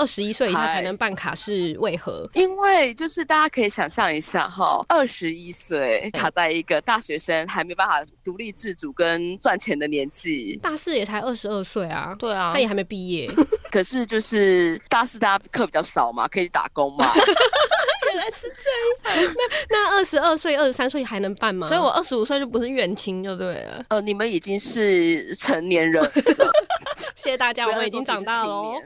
21岁以下才能办卡是为何？ 因为就是大家可以想象一下哈，21岁卡在一个大学生还没办法独立自主跟赚钱的年纪。 大四也才22岁啊， 对啊， 他也还没毕业。 可是就是大四大家课比较少嘛，可以去打工嘛。 原来是这样。那22岁、23岁还能办吗？ 所以我25岁就不是远亲就对了。 你们已经是成年人了。 谢谢大家，我们已经长大了哦。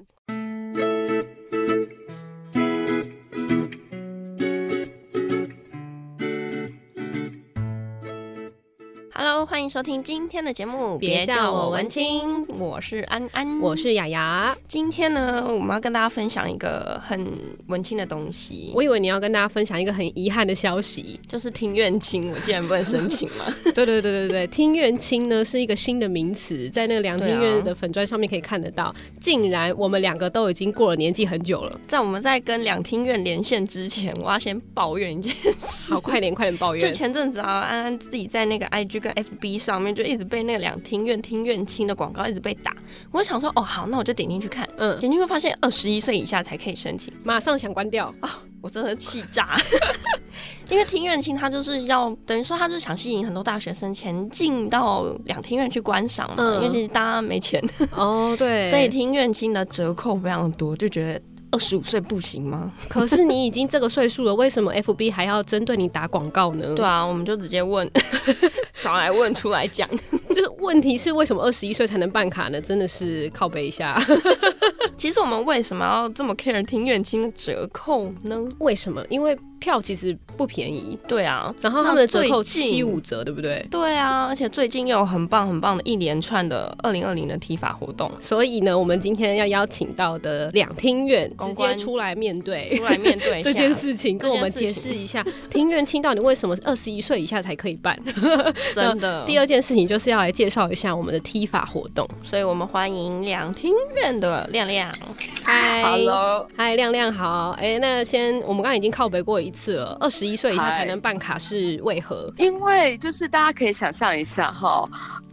Hello， 欢迎收听今天的节目， 别叫我文青， 我是安安， 我是雅雅。 今天呢，我们要跟大家分享一个很文青的东西。 我以为你要跟大家分享一个很遗憾的消息， 就是听院青，我竟然不能申请吗？ 对，听院青呢是一个新的名词，在那个两厅院的粉专上面可以看得到。竟然我们两个都已经过了年纪很久了。 在我们在跟两厅院连线之前，我要先抱怨一件事。 好，快点抱怨。 就前阵子啊，安安自己在那个 IG 跟 FB 上面就一直被那个两厅院听院青的广告一直被打。我想说，哦好，那我就点进去看。点进去发现21岁以下才可以申请， 马上想关掉啊！我真的气炸。因为听院青它就是要等于说它就是想吸引很多大学生前进到两厅院去观赏嘛，因为其实大家没钱哦，对， 所以听院青的折扣非常多，就觉得25岁不行吗？ 可是你已经这个岁数了，为什么 FB 还要针对你打广告呢？ 对啊，我们就直接问找来问出来讲。 就是问题是为什么21岁才能办卡呢？真的是靠北一下。 其实我们为什么要这么 care 听院青的折扣呢？ 为什么？因为票其实不便宜。 对啊， 然后他们的折扣75折，对不对？ 对啊，而且最近又有很棒的一连串的2020的体法活动。 所以呢，我们今天要邀请到的两厅院直接出来面对这件事情，跟我们解释一下厅院青到底为什么21岁以下才可以办。 真的。 第二件事情就是要来介绍一下我们的体法活动， 所以我们欢迎两厅院的亮亮。 嗨 ，Hello， 嗨，亮亮好。那我们刚刚已经靠北过一次了，21岁以下才能办卡是为何？ 因为就是大家可以想象一下哈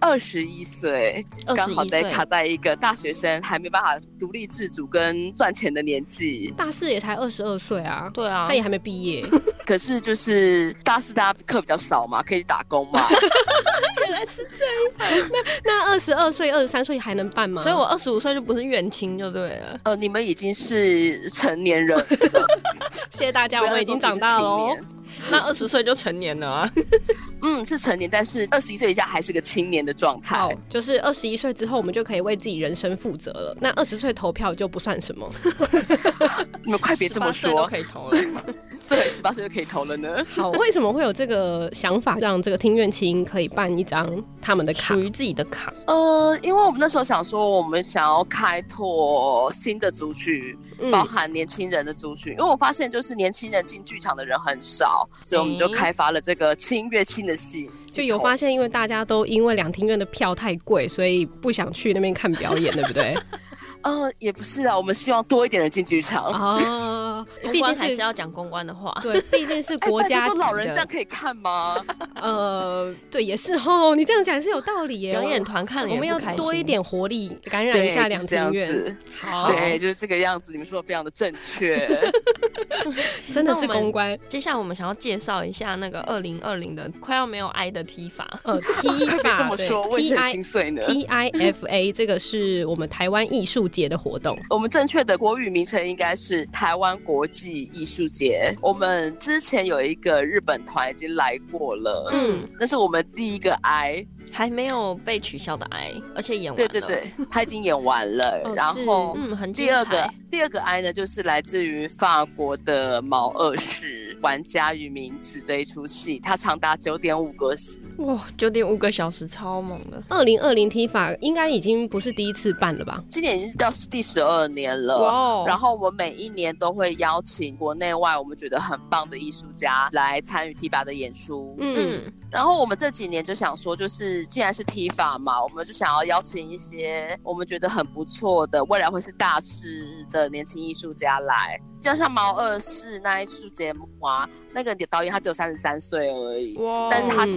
，21岁刚好卡在一个大学生还没办法独立自主跟赚钱的年纪。 大四也才22岁啊， 对啊， 他也还没毕业。 可是就是大四大家课比较少嘛，可以去打工嘛。 原来是这样。那22岁、23岁还能办吗？ 所以我25岁就不是远亲就对了。 你们已经是成年人了。 谢谢大家，我们已经长大了哦。 那20岁就成年了啊。 是成年，但是21岁以下还是个青年的状态。 好，就是21岁之后，我们就可以为自己人生负责了。那20岁投票就不算什么。 你们快别这么说， 18岁都可以投了。 对，18岁就可以投了呢。 好，为什么会有这个想法，让这个听院青可以办一张他们的卡， 属于自己的卡？ 因为我们那时候想说，我们想要开拓新的族群，包含年轻人的族群。因为我发现，就是年轻人进剧场的人很少，所以我们就开发了这个轻乐轻的戏。 就有发现，因为大家都因为两厅院的票太贵，所以不想去那边看表演，对不对？ 也不是啊，我们希望多一点人进剧场啊。 公关还是要讲公关的话， 对，毕竟是国家级的。 老人这样可以看吗？ 对，也是哦。你这样讲是有道理耶。 表演团看了也不开心， 我们要多一点活力，感染一下两厅院。 好，对，就是这个样子。你们说的非常的正确， 真的是公关。 接下来我们想要介绍一下那个2020的快要没有爱的踢法。 踢法这么说，我也很心碎呢。 TIFA 这个是我们台湾艺术节的活动。 我们正确的国语名称应该是台湾国际艺术节。我们之前有一个日本团已经来过了，那是我们第一个 I， 还没有被取消的 I， 而且演完了。 对，他已经演完了。然后， 很精彩。 第二个 I 呢，就是来自于法国的毛二世《玩家与名词》这一出戏，它长达9.5个小时。 哇，9.5个小时，超猛的。 2020踢法应该已经不是第一次办了吧？ 今年已经到第12年了。哇！然后我们每一年都会邀请国内外我们觉得很棒的艺术家来参与踢法的演出。然后我们这几年就想说，就是既然是踢法嘛，我们就想要邀请一些我们觉得很不错的，未来会是大师的年轻艺术家来。就像毛二世那一出节目啊，那个导演他只有33岁而已，但是他其实已经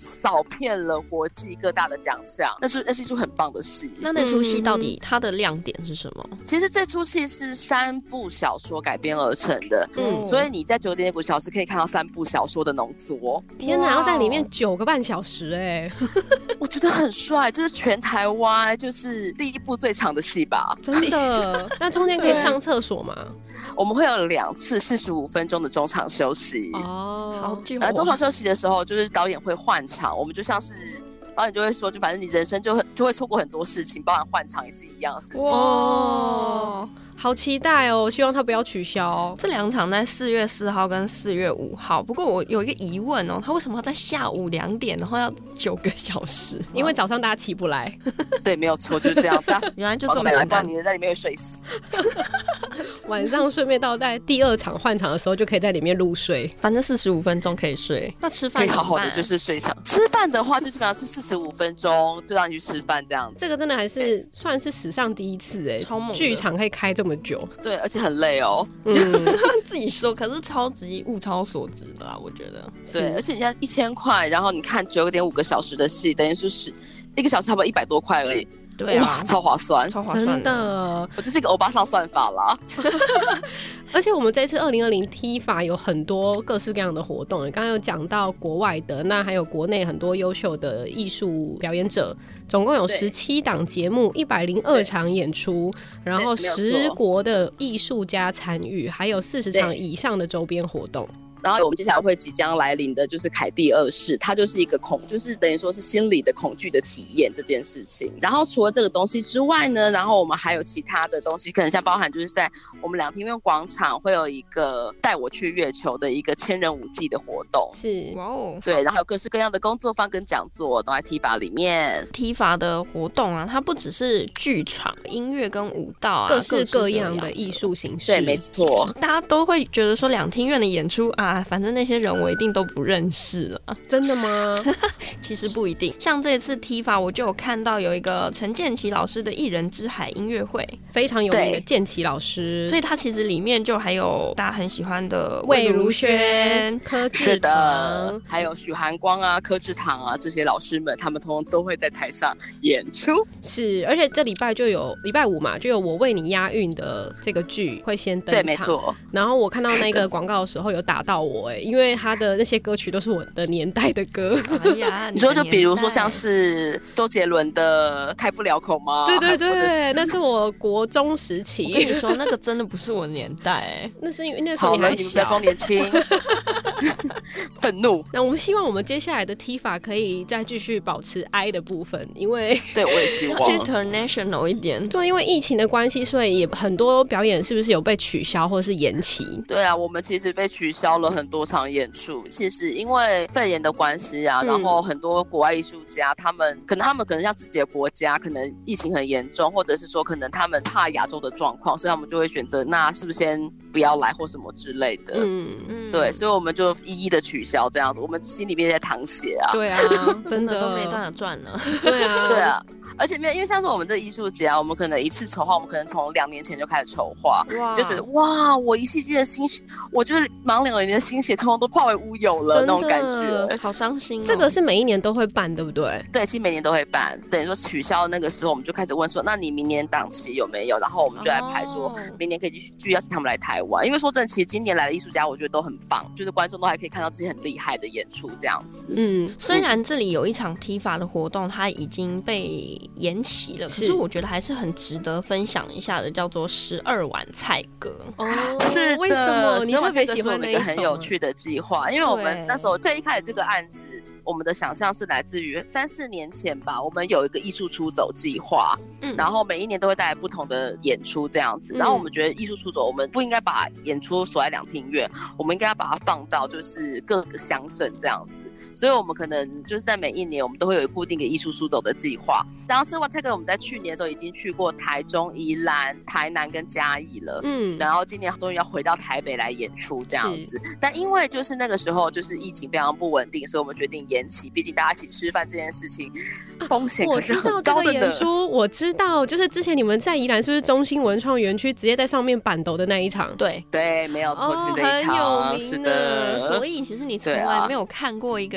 扫遍了国际各大的奖项，那是一出很棒的戏。 那出戏到底它的亮点是什么？ 其实这出戏是3部小说改编而成的，所以你在9.5个小时可以看到3部小说的浓缩。 天哪，要在里面9个半小时我觉得很帅，这是全台湾就是第一部最长的戏吧， 真的。那中间可以上厕所吗？ 我们会有2次45分钟的中场休息。 好久。 中场休息的时候，就是导演会换场，我们就像是导演就会说，就反正你人生就会错过很多事情，包含换场也是一样的事情。 哇，好期待哦！希望他不要取消。 这2场在4月4号跟4月5号。不过我有一个疑问哦，他为什么要在下午2点，然后要9个小时？ 因为早上大家起不来。 对，没有错，就是这样。 原来就这么简单， 你在里面会睡死。 晚上顺便到在第2场换场的时候，就可以在里面入睡。 反正45分钟可以睡。那吃饭可以好好的就是睡上。吃饭的话，就基本上是45分钟就让你去吃饭这样子。 这个真的还是算是史上第一次超猛！ 剧场可以开这么久。 对，而且很累哦。 自己说，可是超级物超所值的啦，我觉得。 对，而且人家1000块，然后你看9.5个小时的戏，等于说是1个小时差不多100多块而已。 对啊， 哇，超划算， 真的。 我就是一个欧巴桑算法啦。 而且我们这次2020 TIFA 有很多各式各样的活动，刚刚有讲到国外的，那还有国内很多优秀的艺术表演者，总共有17档节目，102场演出，然后10国的艺术家参与，还有40场以上的周边活动。 然后我们接下来会即将来临的就是凯蒂2世，它就是一个就是等于说是心理的恐惧的体验这件事情。然后除了这个东西之外呢，然后我们还有其他的东西，可能像包含就是在我们2厅院广场会有一个带我去月球的一个千人舞季的活动。 是， 哇哦， 对，然后有各式各样的工作坊跟讲座都在 TIFA 里面。 TIFA 的活动啊，它不只是剧场、音乐跟舞蹈啊， 各式各样的艺术形式。 对，没错， 大家都会觉得说2厅院的演出啊，反正那些人我一定都不认识了。 真的吗？ 其实不一定。像这次 TIFA 我就有看到有一个陈建骐老师的一人之海音乐会， 非常有名的建骐老师， 所以他其实里面就还有大家很喜欢的魏如萱、柯志堂， 还有许寒光啊、柯志堂啊这些老师们，他们通通都会在台上演出。 是，而且这礼拜就有礼拜5嘛，就有我为你押韵的这个剧会先登场。 对，没错。 然后我看到那个广告的时候有打到我因为他的那些歌曲都是我的年代的歌。 哎呀， 你说就比如说像是周杰伦的《开不了口》吗？ 对对对，那是我国中时期。 我跟你说，那个真的不是我年代那是因为那时候你还小， 你们不要装年轻。愤怒。 那我们希望我们接下来的 TIFA 可以再继续保持 I 的部分，因为对我也希望 international 一点。 对，因为疫情的关系，所以也很多表演是不是有被取消或者是延期？ 对啊，我们其实被取消了很多场演出。其实因为肺炎的关系啊，然后很多国外艺术家他们可能像自己的国家可能疫情很严重，或者是说可能他们怕亚洲的状况，所以他们就会选择那是不是先不要来或什么之类的。对，所以我们就一一的取消这样子，我们心里面在淌血啊。 对啊，真的都没办法赚了。 对啊， 对啊。而且没有，因为像是我们这艺术节啊，我们可能一次筹划，我们可能从2年前就开始筹划，就觉得哇，我一夕间的心血，我就是忙2年的心血，通通都化为乌有了那种感觉， 好伤心这个是每一年都会办，对不对？ 对，其实每年都会办。等于说取消那个时候，我们就开始问说，那你明年档期有没有？然后我们就来排说，明年可以继续邀请他们来台湾。因为说真的，其实今年来的艺术家，我觉得都很棒，就是观众都还可以看到自己很厉害的演出这样子。 虽然这里有一场 TIFA 的活动，它已经被延期了。可是我觉得还是很值得分享一下的，叫做12碗菜歌。 是的， 为什么你特别喜欢那一首？ 很有趣的计划，因为我们那时候最一开始这个案子，我们的想象是来自于3-4年前吧，我们有一个艺术出走计划，然后每一年都会带来不同的演出这样子，然后我们觉得艺术出走，我们不应该把演出锁在2厅院，我们应该要把它放到就是各个乡镇这样子。所以我们可能就是在每一年我们都会有固定的艺术出走的计划。然后12碗菜歌我们在去年的时候已经去过台中、宜兰、台南跟嘉义了，然后今年终于要回到台北来演出这样子。但因为就是那个时候就是疫情非常不稳定，所以我们决定延期，毕竟大家一起吃饭这件事情风险可是很高的呢。 我知道这个演出，我知道就是之前你们在宜兰是不是中心文创园区直接在上面板斗的那一场？ 对，没有错，是那一场， 很有名， 是的。 所以其实你从来没有看过一个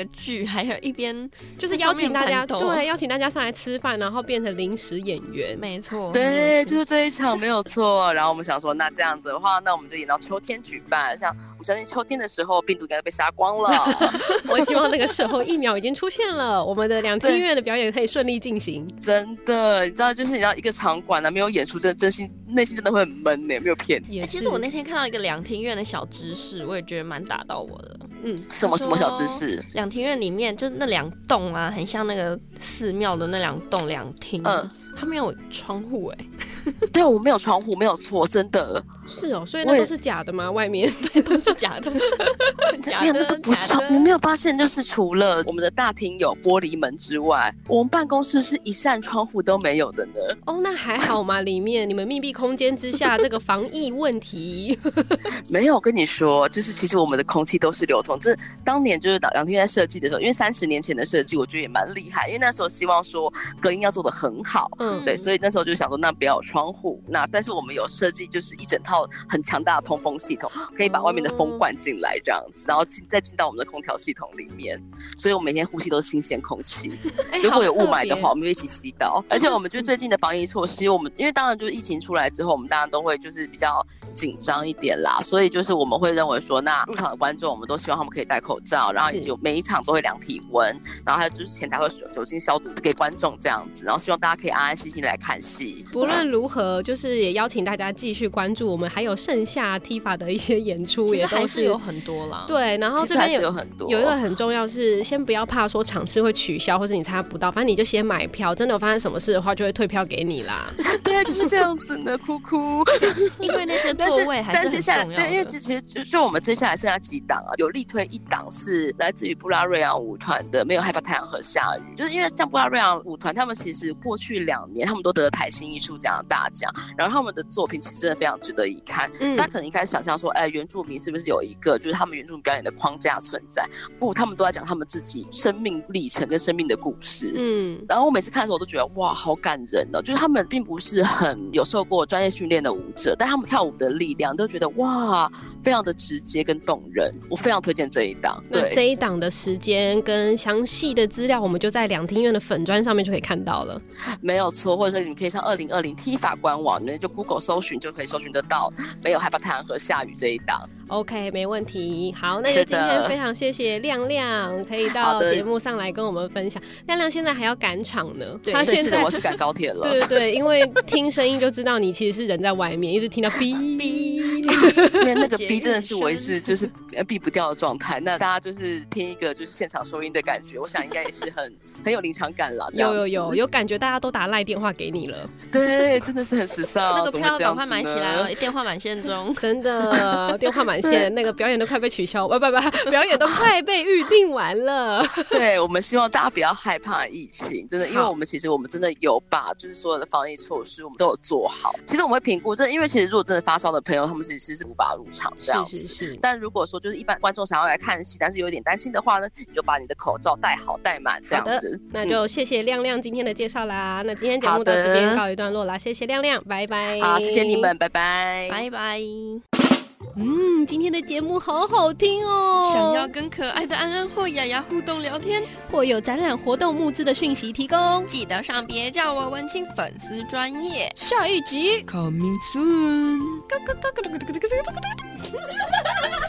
剧，还有一边就是邀请大家，对，邀请大家上来吃饭，然后变成临时演员。 没错， 对，就是这一场没有错。然后我们想说，那这样子的话，那我们就演到秋天举办。像我们相信秋天的时候，病毒应该被杀光了。 我希望那个时候疫苗已经出现了，我们的两厅院的表演可以顺利进行。 真的，你知道，就是你知道一个场馆呢，没有演出，真心内心真的会很闷呢，没有骗你。 其实我那天看到一个两厅院的小知识，我也觉得蛮打到我的。 什么小知识？ 两厅院里面就那2栋啊，很像那个寺庙的那2栋两厅，它没有窗户对，我没有窗户，没有错，真的是哦，所以那都是假的吗？外面对都是假的， 假的都不是。你没有发现，就是除了我们的大厅有玻璃门之外，我们办公室是一扇窗户都没有的呢。 哦，那还好嘛，里面你们密闭空间之下，这个防疫问题没有。我跟你说，就是其实我们的空气都是流通。这当年就是两厅院在设计的时候，因为30年前的设计，我觉得也蛮厉害，因为那时候希望说隔音要做得很好，对，所以那时候就想说，那不要有窗户，但是我们有设计就是一整套很强大的通风系统，可以把外面的风灌进来这样子，然后再进到我们的空调系统里面，所以我每天呼吸都是新鲜空气。如果有雾霾的话，我们就一起吸到。而且我们就最近的防疫措施，我们因为当然就是疫情出来之后，我们当然都会就是比较紧张一点啦，所以就是我们会认为说，那入场的观众我们都希望他们可以戴口罩，然后以及每一场都会量体温，然后还有就是前台会酒精消毒给观众这样子，然后希望大家可以安安心心来看戏。 不论如何，就是也邀请大家继续关注我们还有剩下 TIFA 的一些演出，也都是有很多啦。 对，然后这边有很多， 有一个很重要是，先不要怕说场次会取消或者你参加不到，反正你就先买票，真的有发生什么事的话，就会退票给你啦。 对，就是这样子呢，哭哭。 因为那些座位还是很重要的。 对，因为其实就我们接下来剩下几档啊，有力推一档是来自于布拉瑞扬舞团的《没有害怕太阳和下雨》，就是因为像布拉瑞扬舞团，他们其实过去2年他们都得了台新艺术奖的大奖，然后他们的作品其实真的非常值得一看。大家可能一开始想象说，原住民是不是有一个就是他们原住民表演的框架存在？不，他们都在讲他们自己生命历程跟生命的故事。然后我每次看的时候，我都觉得哇，好感人哦！就是他们并不是很有受过专业训练的舞者，但他们跳舞的力量都觉得哇，非常的直接跟动人。我非常推荐这一档。对， 这一档的时间跟详细的资料，我们就在两厅院的粉专上面就可以看到了。 没有错，或者是你们可以上2020 TIFA 官网，你就 Google 搜寻就可以搜寻得到没有害怕太阳和下雨这一档。 OK， 没问题。好，那就今天非常谢谢亮亮可以到节目上来跟我们分享。亮亮现在还要赶场呢， 他现在我是赶高铁了。 对对对，因为听声音就知道你其实是人在外面，一直听到哔哔， 因为那个哔真的是我也是就是避不掉的状态。那大家就是听一个就是现场收音的感觉，我想应该也是很有临场感啦。 有感觉，大家都打赖电话给你了。 对，真的是很时尚。 那个票赶快买起来了，电话满线中。 真的，电话满线，那个表演都快被取消，不，表演都快被预定完了。 对，我们希望大家不要害怕疫情，真的，因为我们其实我们真的有把就是所有的防疫措施我们都有做好。其实我们会评估，因为其实如果真的发烧的朋友，他们其实是无法入场这样子。 是。 但如果说就是一般观众想要来看戏，但是有点担心的话呢，你就把你的口罩戴好戴满这样子。 那就谢谢亮亮今天的介绍啦。那今天节目到这边告一段落啦，谢谢亮亮，拜拜。 好，谢谢你们，拜拜， 拜拜。 今天的节目好好听哦！ 想要跟可爱的安安或雅雅互动聊天， 或有展览活动募资的讯息提供， 记得上别叫我文青粉丝专页。 下一集 Coming soon。